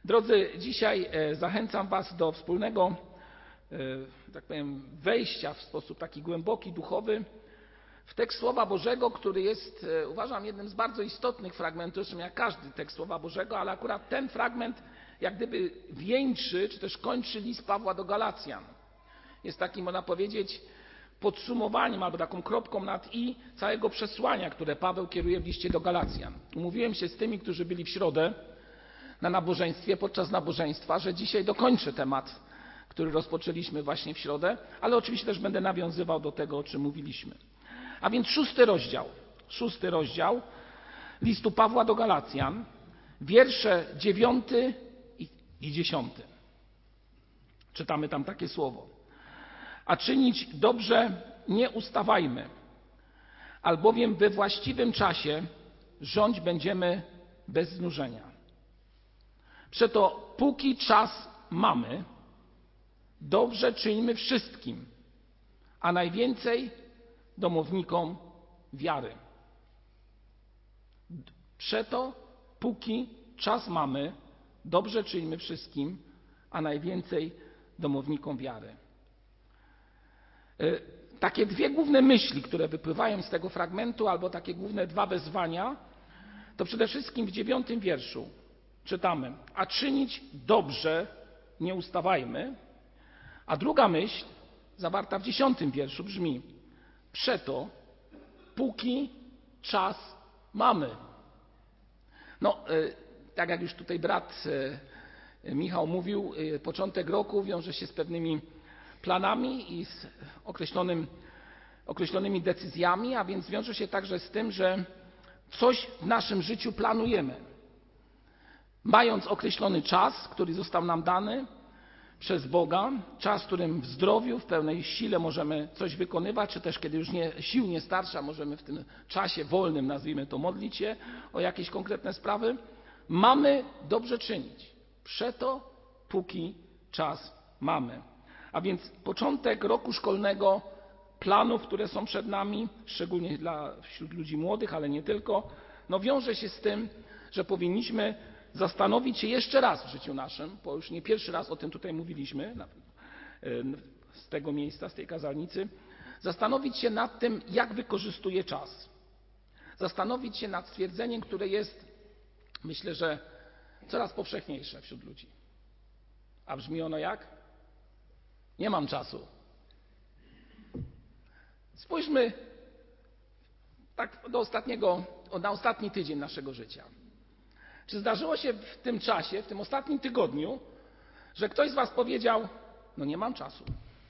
Drodzy, dzisiaj zachęcam Was do wspólnego, tak powiem, wejścia w sposób taki głęboki, duchowy w tekst Słowa Bożego, który jest, uważam, jednym z bardzo istotnych fragmentów, zresztą jak każdy tekst Słowa Bożego, ale akurat ten fragment jak gdyby wieńczy, czy też kończy list Pawła do Galacjan. Jest takim, można powiedzieć, podsumowaniem albo taką kropką nad i całego przesłania, które Paweł kieruje w liście do Galacjan. Umówiłem się z tymi, którzy byli w środę na nabożeństwie, podczas nabożeństwa, że dzisiaj dokończę temat, który rozpoczęliśmy właśnie w środę, ale oczywiście też będę nawiązywał do tego, o czym mówiliśmy. A więc szósty rozdział listu Pawła do Galacjan, wiersze 9 i 10. Czytamy tam takie słowo. A czynić dobrze nie ustawajmy, albowiem we właściwym czasie rządź będziemy bez znużenia. Przeto póki czas mamy, dobrze czyńmy wszystkim, a najwięcej domownikom wiary. Przeto póki czas mamy, dobrze czyńmy wszystkim, a najwięcej domownikom wiary. Takie dwie główne myśli, które wypływają z tego fragmentu, albo takie główne dwa wezwania, to przede wszystkim w 9 wierszu czytamy, a czynić dobrze nie ustawajmy, a druga myśl zawarta w 10 wierszu brzmi, przeto póki czas mamy. Tak jak już tutaj brat Michał mówił, początek roku wiąże się z pewnymi planami i z określonymi decyzjami, a więc wiąże się także z tym, że coś w naszym życiu planujemy. Mając określony czas, który został nam dany przez Boga, czas, w którym w zdrowiu, w pełnej sile możemy coś wykonywać, czy też kiedy już sił nie starcza, możemy w tym czasie wolnym, nazwijmy to, modlić się o jakieś konkretne sprawy, mamy dobrze czynić. Przeto póki czas mamy. A więc początek roku szkolnego, planów, które są przed nami, szczególnie wśród ludzi młodych, ale nie tylko, wiąże się z tym, że powinniśmy zastanowić się jeszcze raz w życiu naszym, bo już nie pierwszy raz o tym tutaj mówiliśmy z tego miejsca, z tej kazalnicy, zastanowić się nad tym, jak wykorzystuję czas. Zastanowić się nad stwierdzeniem, które jest, myślę, że coraz powszechniejsze wśród ludzi. A brzmi ono jak? Nie mam czasu. Spójrzmy tak na ostatni tydzień naszego życia. Czy zdarzyło się w tym czasie, w tym ostatnim tygodniu, że ktoś z Was powiedział, nie mam czasu.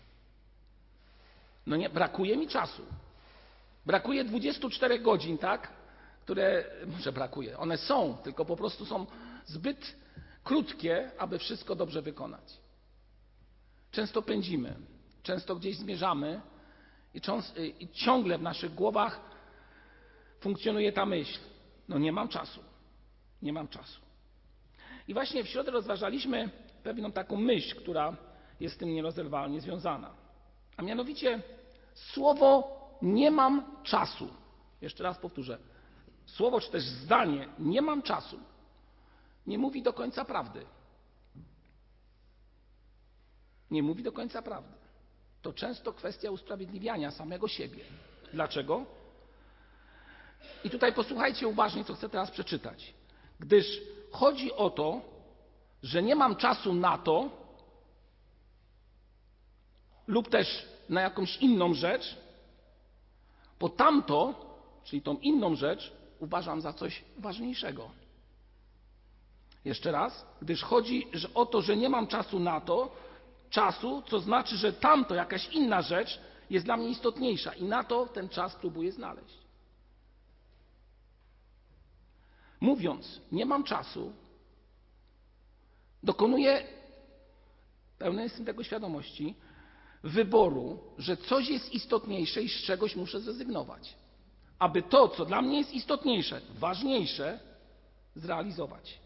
Brakuje mi czasu. Brakuje 24 godzin, tak? Które, może brakuje, one są, tylko po prostu są zbyt krótkie, aby wszystko dobrze wykonać. Często pędzimy, często gdzieś zmierzamy i ciągle w naszych głowach funkcjonuje ta myśl, nie mam czasu. Nie mam czasu. I właśnie w środę rozważaliśmy pewną taką myśl, która jest z tym nierozerwalnie związana. A mianowicie słowo nie mam czasu. Jeszcze raz powtórzę. Słowo czy też zdanie nie mam czasu nie mówi do końca prawdy. Nie mówi do końca prawdy. To często kwestia usprawiedliwiania samego siebie. Dlaczego? I tutaj posłuchajcie uważnie, co chcę teraz przeczytać. Gdyż chodzi o to, że nie mam czasu na to lub też na jakąś inną rzecz, bo tamto, czyli tą inną rzecz, uważam za coś ważniejszego. Jeszcze raz. Gdyż chodzi o to, że nie mam czasu na to, co znaczy, że tamto, jakaś inna rzecz jest dla mnie istotniejsza i na to ten czas próbuję znaleźć. Mówiąc, nie mam czasu, dokonuję, pełny jestem tego świadomości, wyboru, że coś jest istotniejsze i z czegoś muszę zrezygnować, aby to, co dla mnie jest istotniejsze, ważniejsze, zrealizować.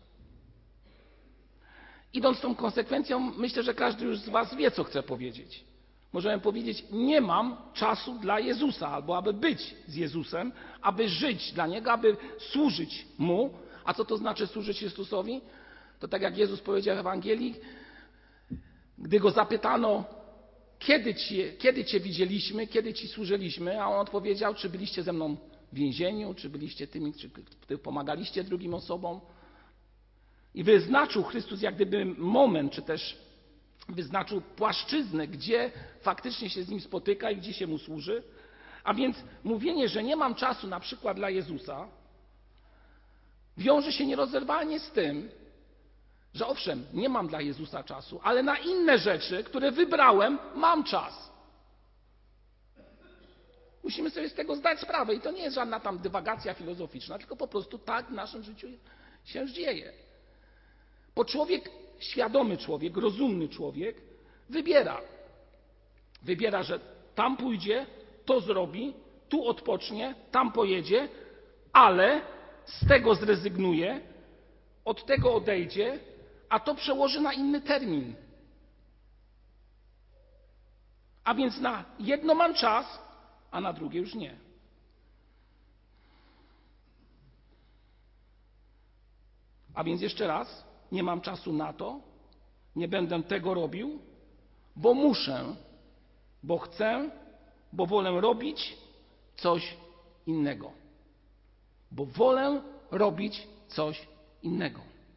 Idąc tą konsekwencją, myślę, że każdy już z Was wie, co chcę powiedzieć. Możemy powiedzieć, nie mam czasu dla Jezusa, albo aby być z Jezusem, aby żyć dla Niego, aby służyć Mu. A co to znaczy służyć Chrystusowi? To tak jak Jezus powiedział w Ewangelii, gdy Go zapytano, kiedy Cię widzieliśmy, kiedy Ci służyliśmy, a On odpowiedział, czy byliście ze mną w więzieniu, czy byliście tymi, czy pomagaliście drugim osobom. I wyznaczył Chrystus jak gdyby moment, czy też wyznaczył płaszczyznę, gdzie faktycznie się z Nim spotyka i gdzie się Mu służy. A więc mówienie, że nie mam czasu na przykład dla Jezusa, wiąże się nierozerwalnie z tym, że owszem, nie mam dla Jezusa czasu, ale na inne rzeczy, które wybrałem, mam czas. Musimy sobie z tego zdać sprawę i to nie jest żadna tam dywagacja filozoficzna, tylko po prostu tak w naszym życiu się dzieje. Bo człowiek, świadomy człowiek, rozumny człowiek wybiera. Wybiera, że tam pójdzie, to zrobi, tu odpocznie, tam pojedzie, ale z tego zrezygnuje, od tego odejdzie, a to przełoży na inny termin. A więc na jedno mam czas, a na drugie już nie. A więc jeszcze raz, nie mam czasu na to, nie będę tego robił, bo muszę, bo chcę, bo wolę robić coś innego. Bo wolę robić coś innego.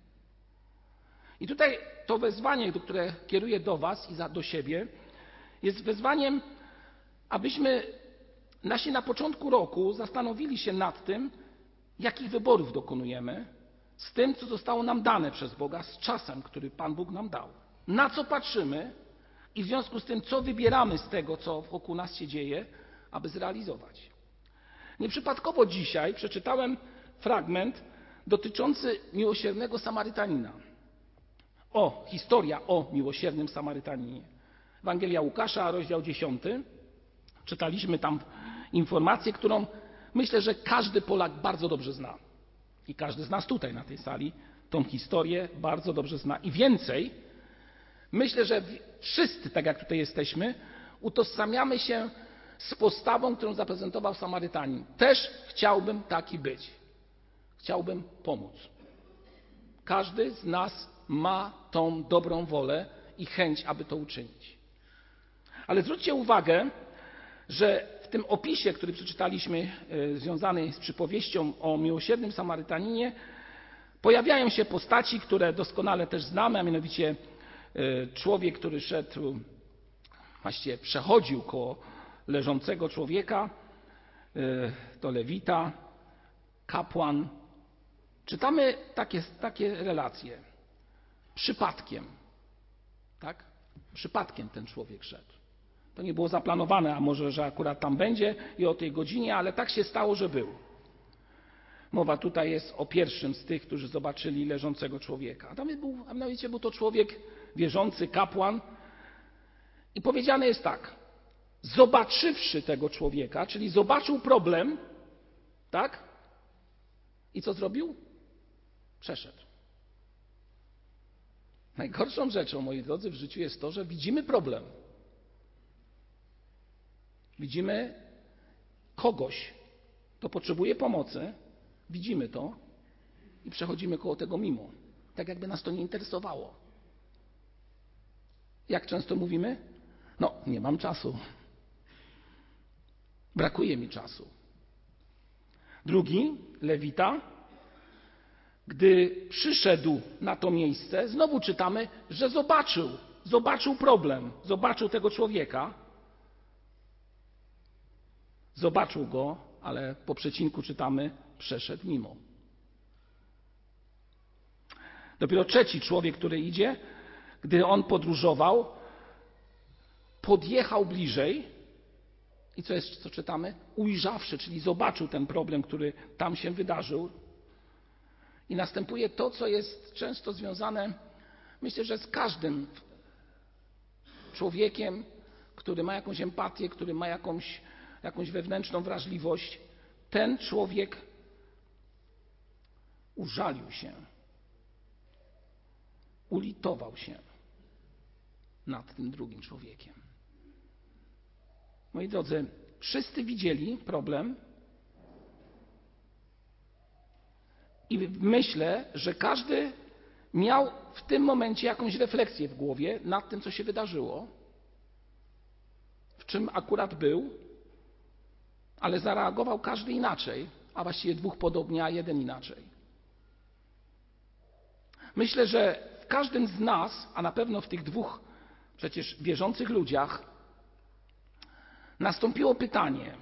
I tutaj to wezwanie, które kieruję do Was i do siebie, jest wezwaniem, abyśmy na początku roku zastanowili się nad tym, jakich wyborów dokonujemy, z tym, co zostało nam dane przez Boga, z czasem, który Pan Bóg nam dał. Na co patrzymy i w związku z tym, co wybieramy z tego, co wokół nas się dzieje, aby zrealizować. Nieprzypadkowo dzisiaj przeczytałem fragment dotyczący miłosiernego Samarytanina. Historia o miłosiernym Samarytaninie. Ewangelia Łukasza, rozdział 10. Czytaliśmy tam informację, którą myślę, że każdy Polak bardzo dobrze zna. I każdy z nas tutaj na tej sali tą historię bardzo dobrze zna. I więcej, myślę, że wszyscy, tak jak tutaj jesteśmy, utożsamiamy się z postawą, którą zaprezentował Samarytanin. Też chciałbym taki być. Chciałbym pomóc. Każdy z nas ma tą dobrą wolę i chęć, aby to uczynić. Ale zwróćcie uwagę, że w tym opisie, który przeczytaliśmy, związany z przypowieścią o miłosiernym Samarytaninie, pojawiają się postaci, które doskonale też znamy, a mianowicie człowiek, który szedł, właściwie przechodził koło leżącego człowieka, to Lewita, kapłan. Czytamy takie relacje. Przypadkiem, tak? Przypadkiem ten człowiek szedł. To nie było zaplanowane, a może, że akurat tam będzie i o tej godzinie, ale tak się stało, że był. Mowa tutaj jest o pierwszym z tych, którzy zobaczyli leżącego człowieka. A mianowicie był to człowiek wierzący, kapłan. I powiedziane jest tak, zobaczywszy tego człowieka, czyli zobaczył problem, tak? I co zrobił? Przeszedł. Najgorszą rzeczą, moi drodzy, w życiu jest to, że widzimy problem. Widzimy kogoś, kto potrzebuje pomocy, widzimy to i przechodzimy koło tego mimo. Tak jakby nas to nie interesowało. Jak często mówimy? Nie mam czasu. Brakuje mi czasu. Drugi, Lewita, gdy przyszedł na to miejsce, znowu czytamy, że zobaczył problem, zobaczył tego człowieka, zobaczył go, ale po przecinku czytamy, przeszedł mimo. Dopiero trzeci człowiek, który idzie, gdy on podróżował, podjechał bliżej i co czytamy? Ujrzawszy, czyli zobaczył ten problem, który tam się wydarzył. I następuje to, co jest często związane, myślę, że z każdym człowiekiem, który ma jakąś empatię, który ma jakąś wewnętrzną wrażliwość. Ten człowiek użalił się, ulitował się nad tym drugim człowiekiem. Moi drodzy, wszyscy widzieli problem i myślę, że każdy miał w tym momencie jakąś refleksję w głowie nad tym, co się wydarzyło, w czym akurat był, ale zareagował każdy inaczej, a właściwie dwóch podobnie, a jeden inaczej. Myślę, że w każdym z nas, a na pewno w tych dwóch przecież wierzących ludziach, nastąpiło pytanie,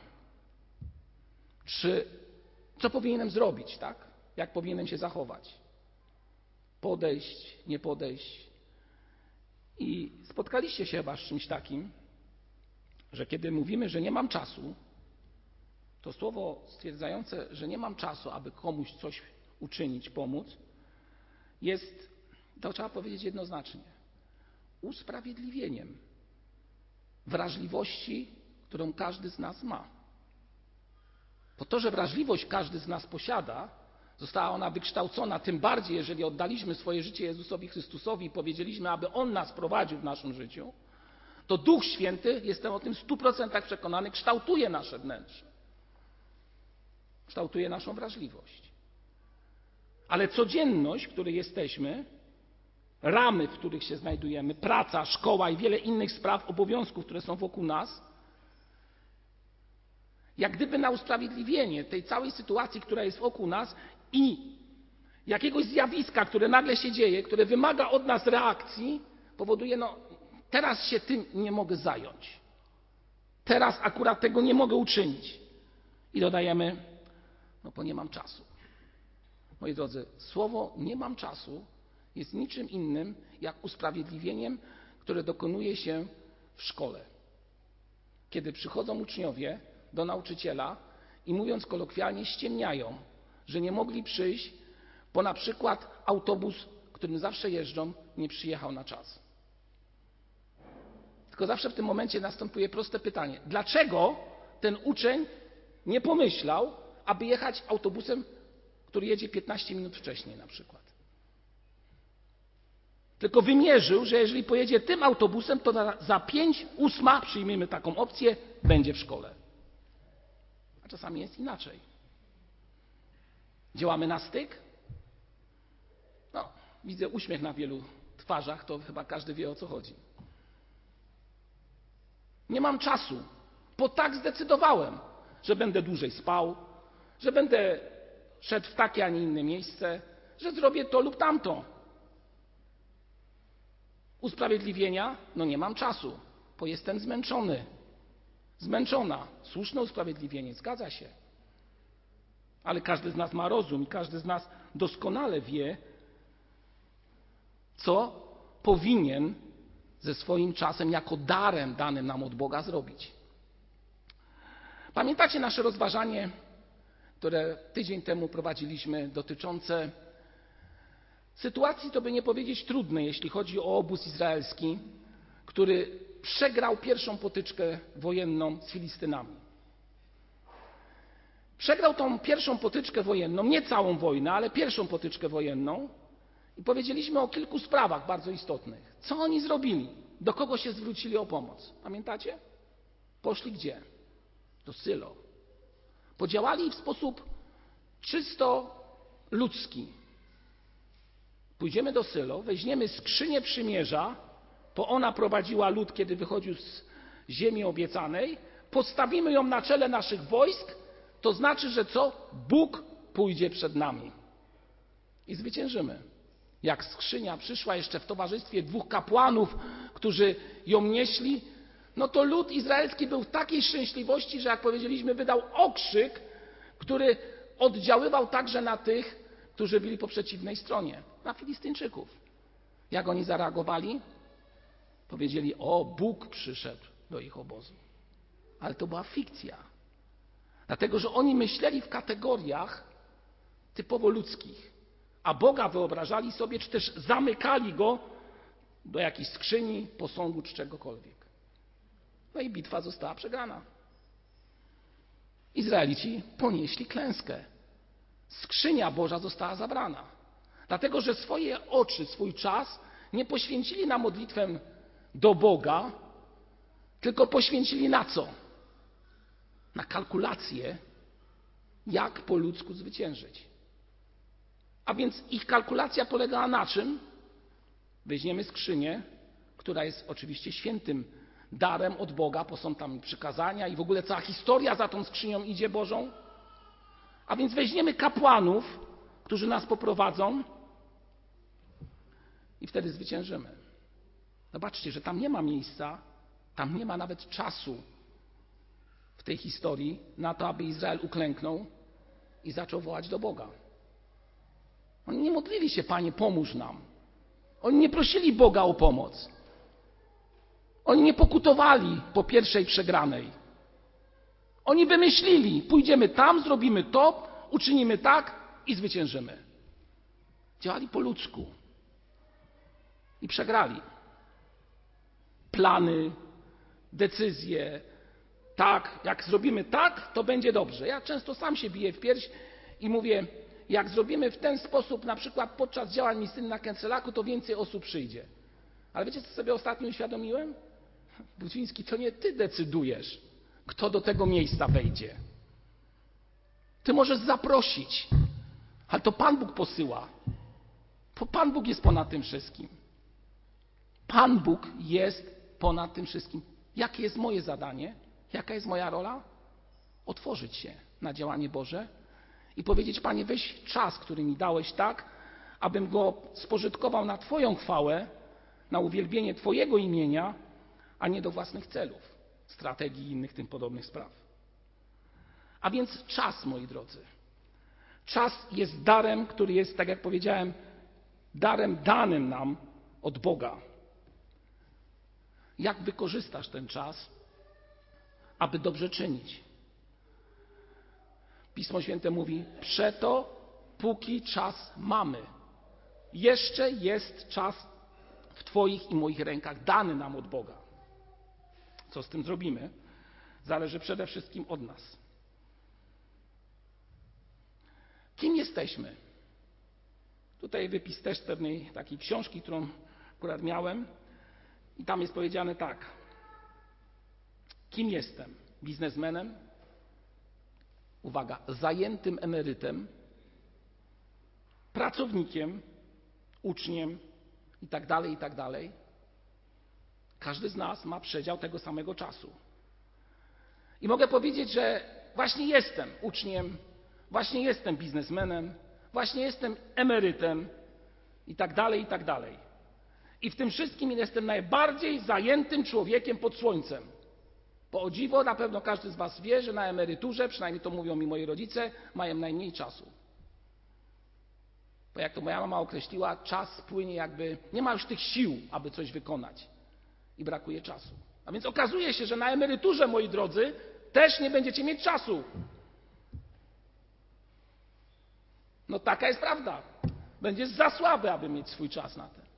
co powinienem zrobić, tak? Jak powinienem się zachować? Podejść, nie podejść. I spotkaliście się chyba z czymś takim, że kiedy mówimy, że nie mam czasu, to słowo stwierdzające, że nie mam czasu, aby komuś coś uczynić, pomóc, jest, to trzeba powiedzieć jednoznacznie, usprawiedliwieniem wrażliwości, którą każdy z nas ma. Bo to, że wrażliwość każdy z nas posiada, została ona wykształcona, tym bardziej, jeżeli oddaliśmy swoje życie Jezusowi Chrystusowi i powiedzieliśmy, aby On nas prowadził w naszym życiu, to Duch Święty, jestem o tym w 100% przekonany, kształtuje nasze wnętrze. Kształtuje naszą wrażliwość. Ale codzienność, w której jesteśmy, ramy, w których się znajdujemy, praca, szkoła i wiele innych spraw, obowiązków, które są wokół nas, jak gdyby na usprawiedliwienie tej całej sytuacji, która jest wokół nas i jakiegoś zjawiska, które nagle się dzieje, które wymaga od nas reakcji, powoduje, teraz się tym nie mogę zająć. Teraz akurat tego nie mogę uczynić. I dodajemy, bo nie mam czasu. Moi drodzy, słowo nie mam czasu jest niczym innym jak usprawiedliwieniem, które dokonuje się w szkole. Kiedy przychodzą uczniowie do nauczyciela i mówiąc kolokwialnie ściemniają, że nie mogli przyjść, bo na przykład autobus, którym zawsze jeżdżą, nie przyjechał na czas. Tylko zawsze w tym momencie następuje proste pytanie. Dlaczego ten uczeń nie pomyślał, aby jechać autobusem, który jedzie 15 minut wcześniej na przykład? Tylko wymierzył, że jeżeli pojedzie tym autobusem, to za 5:08, przyjmijmy taką opcję, będzie w szkole. A czasami jest inaczej. Działamy na styk? Widzę uśmiech na wielu twarzach, to chyba każdy wie, o co chodzi. Nie mam czasu, bo tak zdecydowałem, że będę dłużej spał, że będę szedł w takie, a nie inne miejsce, że zrobię to lub tamto. Usprawiedliwienia? Nie mam czasu, bo jestem zmęczony. Zmęczona. Słuszne usprawiedliwienie, zgadza się. Ale każdy z nas ma rozum i każdy z nas doskonale wie, co powinien ze swoim czasem jako darem danym nam od Boga zrobić. Pamiętacie nasze rozważanie, które tydzień temu prowadziliśmy, dotyczące sytuacji, to by nie powiedzieć trudnej, jeśli chodzi o obóz izraelski, który przegrał pierwszą potyczkę wojenną z Filistynami. Przegrał tą pierwszą potyczkę wojenną, nie całą wojnę, ale pierwszą potyczkę wojenną i powiedzieliśmy o kilku sprawach bardzo istotnych. Co oni zrobili? Do kogo się zwrócili o pomoc? Pamiętacie? Poszli gdzie? Do Sylo. Podziałali w sposób czysto ludzki. Pójdziemy do Sylo, weźmiemy skrzynię przymierza, bo ona prowadziła lud, kiedy wychodził z ziemi obiecanej, postawimy ją na czele naszych wojsk, to znaczy, że co? Bóg pójdzie przed nami i zwyciężymy. Jak skrzynia przyszła jeszcze w towarzystwie 2 kapłanów, którzy ją nieśli, to lud izraelski był w takiej szczęśliwości, że jak powiedzieliśmy, wydał okrzyk, który oddziaływał także na tych, którzy byli po przeciwnej stronie, na Filistyńczyków. Jak oni zareagowali? Powiedzieli, Bóg przyszedł do ich obozu. Ale to była fikcja. Dlatego, że oni myśleli w kategoriach typowo ludzkich, a Boga wyobrażali sobie, czy też zamykali Go do jakiejś skrzyni, posągu czy czegokolwiek. I bitwa została przegrana. Izraelici ponieśli klęskę. Skrzynia Boża została zabrana. Dlatego, że swoje oczy, swój czas nie poświęcili na modlitwę do Boga, tylko poświęcili na co? Na kalkulację, jak po ludzku zwyciężyć. A więc ich kalkulacja polegała na czym? Weźmiemy skrzynię, która jest oczywiście świętym darem od Boga, bo są tam przykazania i w ogóle cała historia za tą skrzynią idzie Bożą. A więc weźmiemy kapłanów, którzy nas poprowadzą i wtedy zwyciężymy. Zobaczcie, że tam nie ma miejsca, tam nie ma nawet czasu w tej historii na to, aby Izrael uklęknął i zaczął wołać do Boga. Oni nie modlili się, Panie, pomóż nam. Oni nie prosili Boga o pomoc. Oni nie pokutowali po pierwszej przegranej. Oni wymyślili, pójdziemy tam, zrobimy to, uczynimy tak i zwyciężymy. Działali po ludzku i przegrali. Plany, decyzje, tak, jak zrobimy tak, to będzie dobrze. Ja często sam się biję w pierś i mówię, jak zrobimy w ten sposób, na przykład podczas działań misyjnych na Kęcelaku, to więcej osób przyjdzie. Ale wiecie, co sobie ostatnio uświadomiłem? Budwiński, to nie ty decydujesz, kto do tego miejsca wejdzie. Ty możesz zaprosić, ale to Pan Bóg posyła. To Pan Bóg jest ponad tym wszystkim. Pan Bóg jest ponad tym wszystkim. Jakie jest moje zadanie? Jaka jest moja rola? Otworzyć się na działanie Boże i powiedzieć, Panie, weź czas, który mi dałeś tak, abym go spożytkował na Twoją chwałę, na uwielbienie Twojego imienia, a nie do własnych celów, strategii i innych tym podobnych spraw. A więc czas, moi drodzy. Czas jest darem, który jest, tak jak powiedziałem, darem danym nam od Boga. Jak wykorzystasz ten czas, aby dobrze czynić? Pismo Święte mówi, przeto póki czas mamy. Jeszcze jest czas w Twoich i moich rękach, dany nam od Boga. Co z tym zrobimy? Zależy przede wszystkim od nas. Kim jesteśmy? Tutaj wypis też z pewnej takiej książki, którą akurat miałem. I tam jest powiedziane tak. Kim jestem? Biznesmenem? Uwaga, zajętym emerytem, pracownikiem, uczniem i tak dalej. Każdy z nas ma przedział tego samego czasu. I mogę powiedzieć, że właśnie jestem uczniem, właśnie jestem biznesmenem, właśnie jestem emerytem i tak dalej. I w tym wszystkim jestem najbardziej zajętym człowiekiem pod słońcem. Bo o dziwo, na pewno każdy z Was wie, że na emeryturze, przynajmniej to mówią mi moi rodzice, mają najmniej czasu. Bo jak to moja mama określiła, czas płynie jakby, nie ma już tych sił, aby coś wykonać. I brakuje czasu. A więc okazuje się, że na emeryturze, moi drodzy, też nie będziecie mieć czasu. No taka jest prawda. Będziesz za słaby, aby mieć swój czas na to.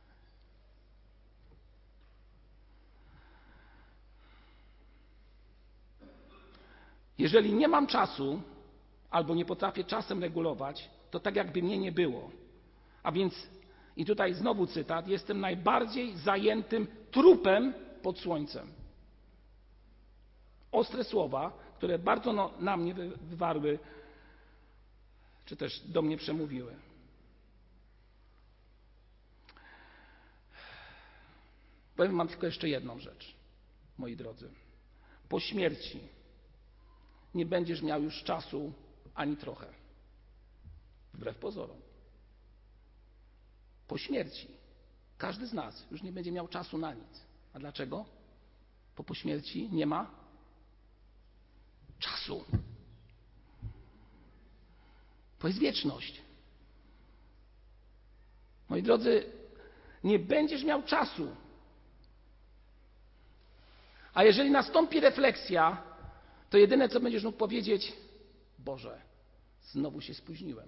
Jeżeli nie mam czasu, albo nie potrafię czasem regulować, to tak jakby mnie nie było. A więc, i tutaj znowu cytat, jestem najbardziej zajętym trupem pod słońcem. Ostre słowa, które bardzo na mnie wywarły, czy też do mnie przemówiły. Powiem wam tylko jeszcze jedną rzecz, moi drodzy. Po śmierci nie będziesz miał już czasu ani trochę. Wbrew pozorom. Po śmierci każdy z nas już nie będzie miał czasu na nic. A dlaczego? Bo po śmierci nie ma czasu. To jest wieczność. Moi drodzy, nie będziesz miał czasu. A jeżeli nastąpi refleksja, to jedyne, co będziesz mógł powiedzieć, Boże, znowu się spóźniłem.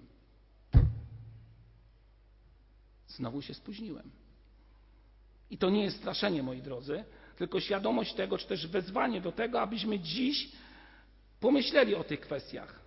Znowu się spóźniłem. I to nie jest straszenie, moi drodzy, tylko świadomość tego, czy też wezwanie do tego, abyśmy dziś pomyśleli o tych kwestiach.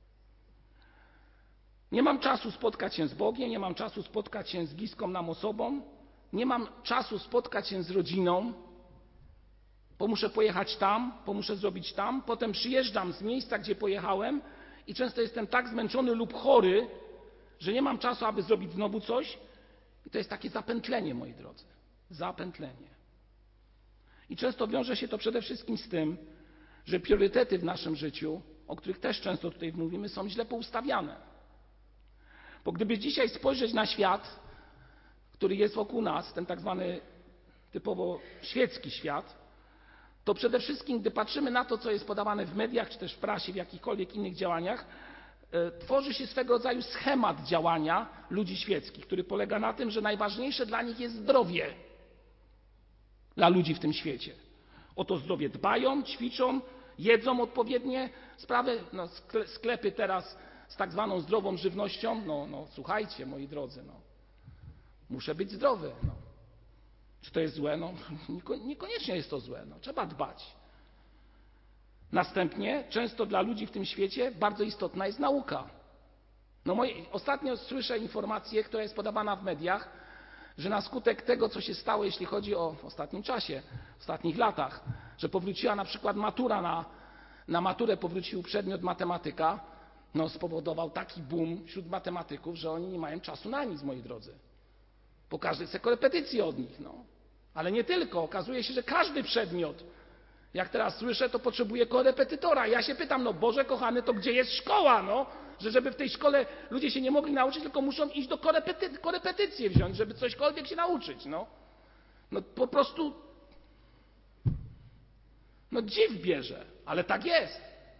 Nie mam czasu spotkać się z Bogiem, nie mam czasu spotkać się z bliską nam osobą, nie mam czasu spotkać się z rodziną, bo muszę pojechać tam, bo muszę zrobić tam, potem przyjeżdżam z miejsca, gdzie pojechałem i często jestem tak zmęczony lub chory, że nie mam czasu, aby zrobić znowu coś. I to jest takie zapętlenie, moi drodzy. Zapętlenie. I często wiąże się to przede wszystkim z tym, że priorytety w naszym życiu, o których też często tutaj mówimy, są źle poustawiane. Bo gdyby dzisiaj spojrzeć na świat, który jest wokół nas, ten tak zwany typowo świecki świat, to przede wszystkim, gdy patrzymy na to, co jest podawane w mediach, czy też w prasie, w jakichkolwiek innych działaniach, tworzy się swego rodzaju schemat działania ludzi świeckich, który polega na tym, że najważniejsze dla nich jest zdrowie dla ludzi w tym świecie. O to zdrowie dbają, ćwiczą, jedzą odpowiednie sprawy. No, sklepy teraz z tak zwaną zdrową żywnością, no słuchajcie, moi drodzy, muszę być zdrowy. Czy to jest złe? Niekoniecznie jest to złe. Trzeba dbać. Następnie, często dla ludzi w tym świecie bardzo istotna jest nauka. Ostatnio słyszę informację, która jest podawana w mediach, że na skutek tego, co się stało, jeśli chodzi o w ostatnim czasie, w ostatnich latach, że powróciła na przykład matura, na maturę powrócił przedmiot matematyka, spowodował taki boom wśród matematyków, że oni nie mają czasu na nic, moi drodzy. Bo każdy chce korepetycje od nich. Ale nie tylko. Okazuje się, że każdy przedmiot, jak teraz słyszę, to potrzebuje korepetytora. Ja się pytam, Boże kochany, to gdzie jest szkoła, że żeby w tej szkole ludzie się nie mogli nauczyć, tylko muszą iść do korepetycje wziąć, żeby cośkolwiek się nauczyć. Po prostu dziw bierze, ale tak jest.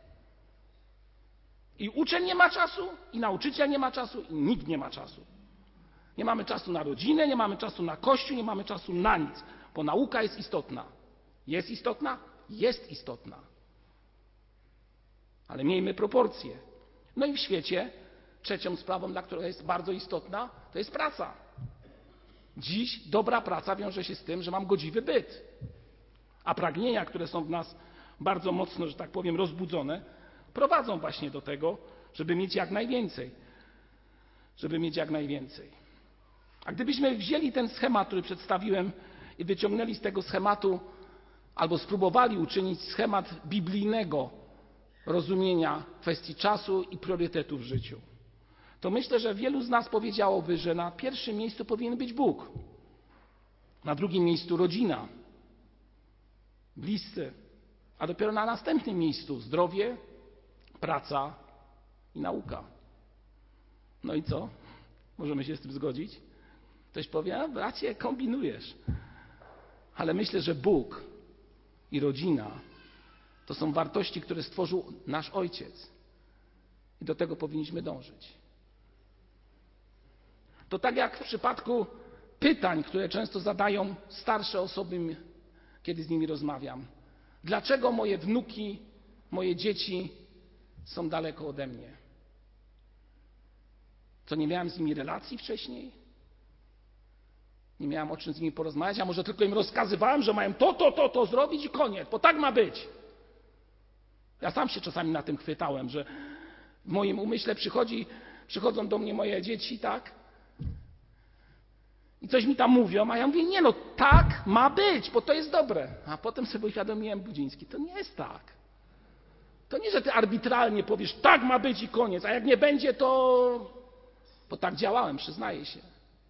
I uczeń nie ma czasu, i nauczyciel nie ma czasu, i nikt nie ma czasu. Nie mamy czasu na rodzinę, nie mamy czasu na Kościół, nie mamy czasu na nic, bo nauka jest istotna. Jest istotna? Jest istotna. Ale miejmy proporcje. I w świecie trzecią sprawą, dla której jest bardzo istotna, to jest praca. Dziś dobra praca wiąże się z tym, że mam godziwy byt. A pragnienia, które są w nas bardzo mocno, że tak powiem, rozbudzone, prowadzą właśnie do tego, żeby mieć jak najwięcej. A gdybyśmy wzięli ten schemat, który przedstawiłem i wyciągnęli z tego schematu, albo spróbowali uczynić schemat biblijnego rozumienia kwestii czasu i priorytetów w życiu, to myślę, że wielu z nas powiedziałoby, że na pierwszym miejscu powinien być Bóg, na drugim miejscu rodzina, bliscy, a dopiero na następnym miejscu zdrowie, praca i nauka. I co? Możemy się z tym zgodzić? Ktoś powie, bracie, kombinujesz. Ale myślę, że Bóg i rodzina to są wartości, które stworzył nasz Ojciec. I do tego powinniśmy dążyć. To tak jak w przypadku pytań, które często zadają starsze osoby, kiedy z nimi rozmawiam. Dlaczego moje wnuki, moje dzieci są daleko ode mnie? Co, nie miałem z nimi relacji wcześniej? Nie miałem o czym z nimi porozmawiać, a może tylko im rozkazywałem, że mają to zrobić i koniec, bo tak ma być. Ja sam się czasami na tym chwytałem, że w moim umyśle przychodzą do mnie moje dzieci, tak? I coś mi tam mówią, a ja mówię, nie tak ma być, bo to jest dobre. A potem sobie uświadomiłem, Budziński, to nie jest tak. To nie, że ty arbitralnie powiesz, tak ma być i koniec, a jak nie będzie, to... Bo tak działałem, przyznaję się.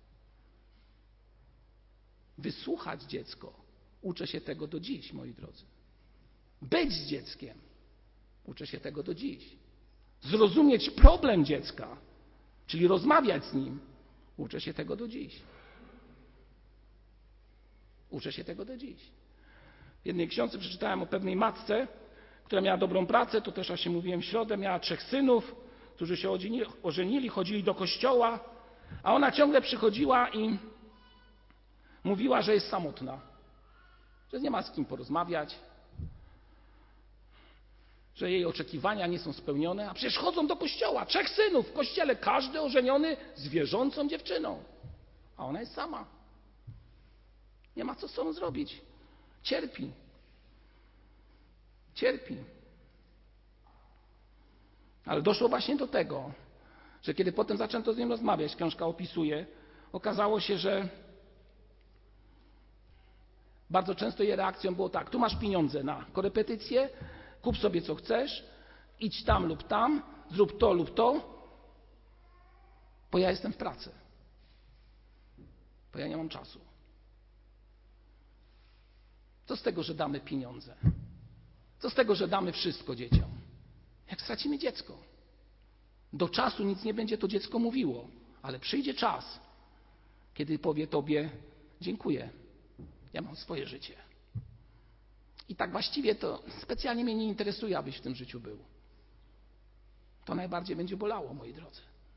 Wysłuchać dziecko. Uczę się tego do dziś, moi drodzy. Być z dzieckiem. Uczę się tego do dziś. Zrozumieć problem dziecka, czyli rozmawiać z nim. Uczę się tego do dziś. Uczę się tego do dziś. W jednej książce przeczytałem o pewnej matce, która miała dobrą pracę, to też właśnie mówiłem w środę, miała 3 synów, którzy się ożenili, chodzili do kościoła, a ona ciągle przychodziła i mówiła, że jest samotna, że nie ma z kim porozmawiać, że jej oczekiwania nie są spełnione, a przecież chodzą do kościoła, 3 synów w kościele, każdy ożeniony z wierzącą dziewczyną, a ona jest sama. Nie ma co z sobą zrobić. Cierpi. Ale doszło właśnie do tego, że kiedy potem zaczęto z nim rozmawiać, książka opisuje, okazało się, że bardzo często jej reakcją było tak, tu masz pieniądze na korepetycje, kup sobie co chcesz, idź tam lub tam, zrób to lub to, Bo ja jestem w pracy. Bo ja nie mam czasu. Co z tego, że damy pieniądze? Co z tego, że damy wszystko dzieciom? Jak stracimy dziecko? Do czasu nic nie będzie to dziecko mówiło, ale przyjdzie czas, kiedy powie tobie: dziękuję, ja mam swoje życie. I tak właściwie to specjalnie mnie nie interesuje, abyś w tym życiu był. To najbardziej będzie bolało, moi drodzy.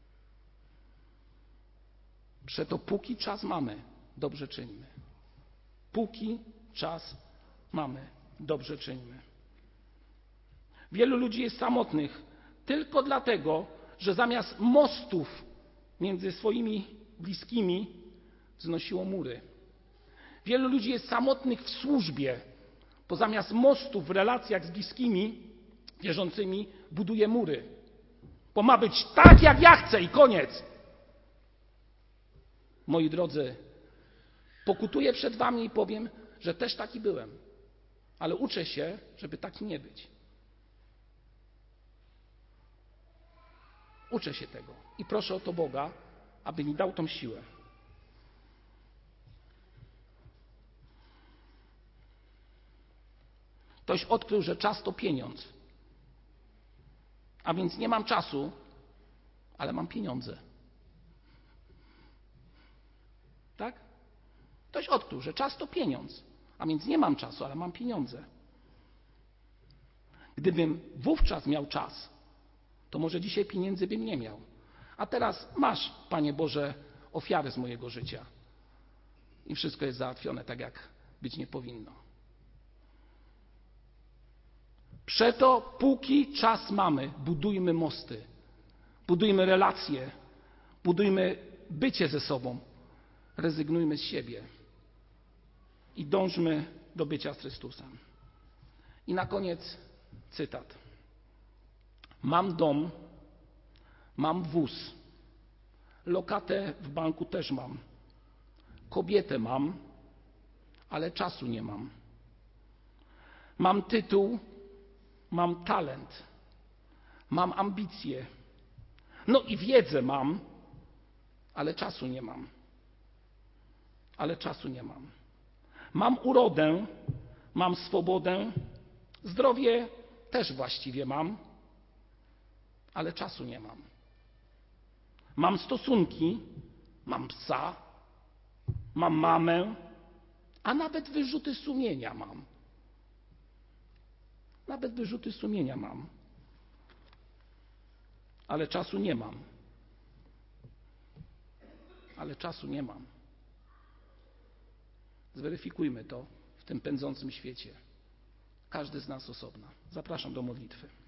Przeto póki czas mamy, dobrze czyńmy. Póki czas mamy, dobrze czyńmy. Wielu ludzi jest samotnych tylko dlatego, że zamiast mostów między swoimi bliskimi wznosiło mury. Wielu ludzi jest samotnych w służbie, bo zamiast mostów w relacjach z bliskimi, wierzącymi, buduje mury. Bo ma być tak, jak ja chcę i koniec. Moi drodzy, pokutuję przed wami i powiem, że też taki byłem, ale uczę się, żeby taki nie być. Uczę się tego i proszę o to Boga, aby mi dał tą siłę. Ktoś odkrył, że czas to pieniądz. A więc nie mam czasu, ale mam pieniądze. Tak? Ktoś odkrył, że czas to pieniądz. A więc nie mam czasu, ale mam pieniądze. Gdybym wówczas miał czas, to może dzisiaj pieniędzy bym nie miał. A teraz masz, Panie Boże, ofiarę z mojego życia. I wszystko jest załatwione tak, jak być nie powinno. Przeto póki czas mamy, budujmy mosty, budujmy relacje, budujmy bycie ze sobą, rezygnujmy z siebie i dążmy do bycia z Chrystusem. I na koniec cytat. Mam dom, mam wóz, lokatę w banku też mam, kobietę mam, ale czasu nie mam. Mam tytuł, mam talent, mam ambicje, no i wiedzę mam, ale czasu nie mam. Ale czasu nie mam. Mam urodę, mam swobodę, zdrowie też właściwie mam, ale czasu nie mam. Mam stosunki, mam psa, mam mamę, a nawet wyrzuty sumienia mam. Nawet wyrzuty sumienia mam. Ale czasu nie mam. Ale czasu nie mam. Zweryfikujmy to w tym pędzącym świecie. Każdy z nas osobno. Zapraszam do modlitwy.